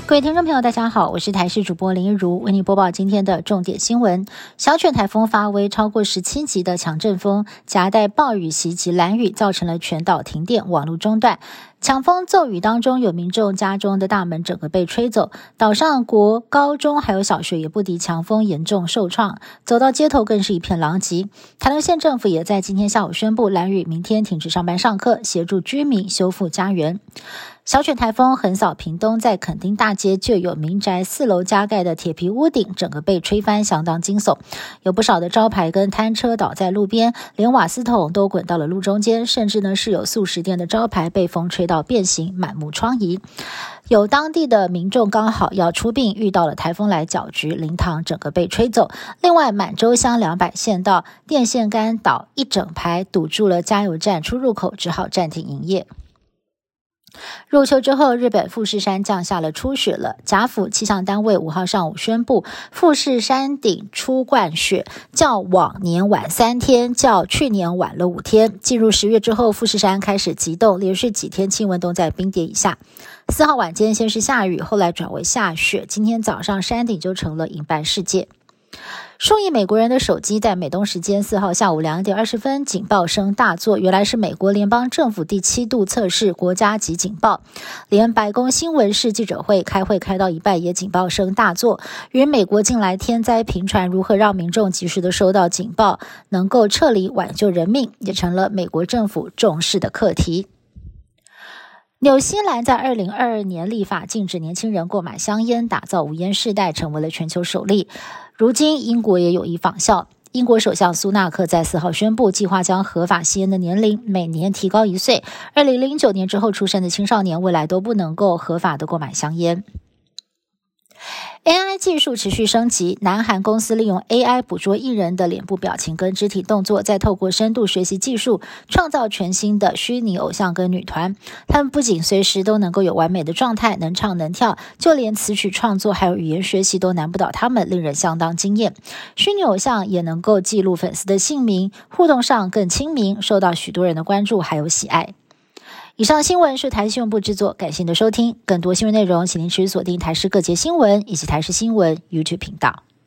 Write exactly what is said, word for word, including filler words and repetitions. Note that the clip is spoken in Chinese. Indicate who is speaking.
Speaker 1: 各位听众朋友大家好，我是台视主播林一如，为您播报今天的重点新闻。小犬台风发威，超过十七级的强阵风夹带暴雨袭击兰屿，造成了全岛停电，网络中断。强风骤雨当中，有民众家中的大门整个被吹走，岛上国高中还有小学也不敌强风，严重受创，走到街头更是一片狼藉。台东县政府也在今天下午宣布，兰屿明天停止上班上课，协助居民修复家园。小犬台风横扫屏东，在垦丁大街就有民宅四楼加盖的铁皮屋顶整个被吹翻，相当惊悚，有不少的招牌跟摊车倒在路边，连瓦斯桶都滚到了路中间，甚至呢是有素食店的招牌被风吹到变形，满目疮痍。有当地的民众刚好要出殡，遇到了台风来搅局，灵堂整个被吹走。另外满洲乡两百县道电线杆倒一整排，堵住了加油站出入口，只好暂停营业。入秋之后，日本富士山降下了初雪了。甲府气象单位五号上午宣布，富士山顶初冠雪，较往年晚三天，较去年晚了五天。进入十月之后，富士山开始急冻，连续几天气温都在冰点以下。四号晚间先是下雨，后来转为下雪，今天早上山顶就成了银斑世界。数亿美国人的手机在美东时间四号下午两点二十分警报声大作，原来是美国联邦政府第七度测试国家级警报。连白宫新闻室记者会开会开到一半也警报声大作，与美国近来天灾频传，如何让民众及时的收到警报，能够撤离挽救人命，也成了美国政府重视的课题。纽西兰在二零二二年立法禁止年轻人购买香烟，打造无烟世代，成为了全球首例。如今英国也有意仿效，英国首相苏纳克在四号宣布，计划将合法吸烟的年龄每年提高一岁，二零零九年之后出生的青少年未来都不能够合法的购买香烟。A I 技术持续升级，南韩公司利用 A I 捕捉艺人的脸部表情跟肢体动作，再透过深度学习技术创造全新的虚拟偶像跟女团。他们不仅随时都能够有完美的状态，能唱能跳，就连词曲创作还有语言学习都难不倒他们，令人相当惊艳。虚拟偶像也能够记录粉丝的姓名，互动上更亲民，受到许多人的关注还有喜爱。以上新闻是台视新闻部制作，感谢您的收听。更多新闻内容，请您持续锁定台视各节新闻以及台视新闻 YouTube 频道。